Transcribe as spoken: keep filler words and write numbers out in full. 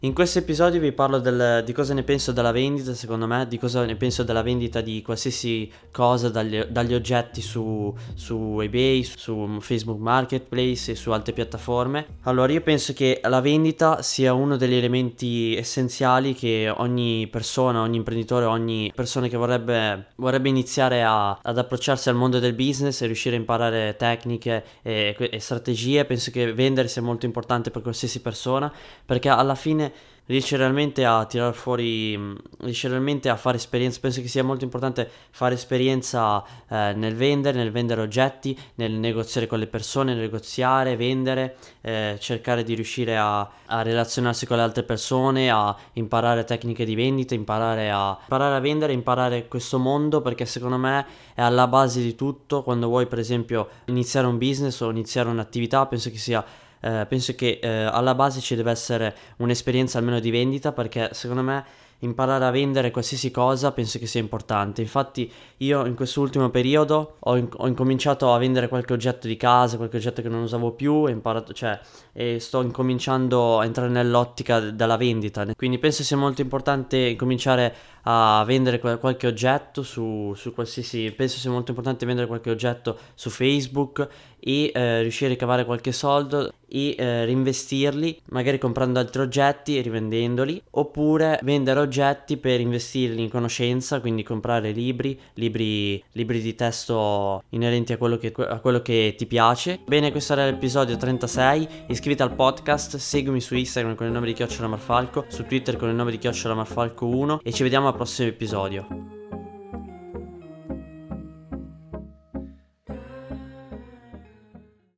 In questo episodio vi parlo del, di cosa ne penso della vendita, secondo me, di cosa ne penso della vendita di qualsiasi cosa, dagli, dagli oggetti su, su eBay, su Facebook Marketplace e su altre piattaforme. Allora, io penso che la vendita sia uno degli elementi essenziali che ogni persona, ogni imprenditore, ogni persona che vorrebbe, vorrebbe iniziare a, ad approcciarsi al mondo del business e riuscire a imparare tecniche e, e strategie. Penso che vendere sia molto importante per qualsiasi persona, perché alla fine riesce realmente a tirar fuori, riesce realmente a fare esperienza. Penso che sia molto importante fare esperienza eh, nel vendere, nel vendere oggetti, nel negoziare con le persone, nel negoziare, vendere, eh, cercare di riuscire a, a relazionarsi con le altre persone, a imparare tecniche di vendita, imparare a, imparare a vendere, imparare questo mondo, perché secondo me è alla base di tutto. Quando vuoi, per esempio, iniziare un business o iniziare un'attività, penso che sia Eh, penso che eh, alla base ci deve essere un'esperienza almeno di vendita, perché secondo me imparare a vendere qualsiasi cosa penso che sia importante. Infatti io in quest'ultimo periodo ho, in- ho incominciato a vendere qualche oggetto di casa, qualche oggetto che non usavo più, ho imparato, cioè, e sto incominciando a entrare nell'ottica d- della vendita. Quindi penso sia molto importante incominciare a vendere qual- qualche oggetto su, su qualsiasi, penso sia molto importante vendere qualche oggetto su Facebook e eh, riuscire a ricavare qualche soldo e eh, reinvestirli, magari comprando altri oggetti e rivendendoli, oppure vendere oggetti per investirli in conoscenza, quindi comprare libri, libri, libri di testo inerenti a quello che, a quello che ti piace. Bene, questo era l'episodio trentasei. Iscriviti al podcast, seguimi su Instagram con il nome di Chiocciola Marfalco, su Twitter con il nome di Chiocciola Marfalco uno, e ci vediamo al prossimo episodio.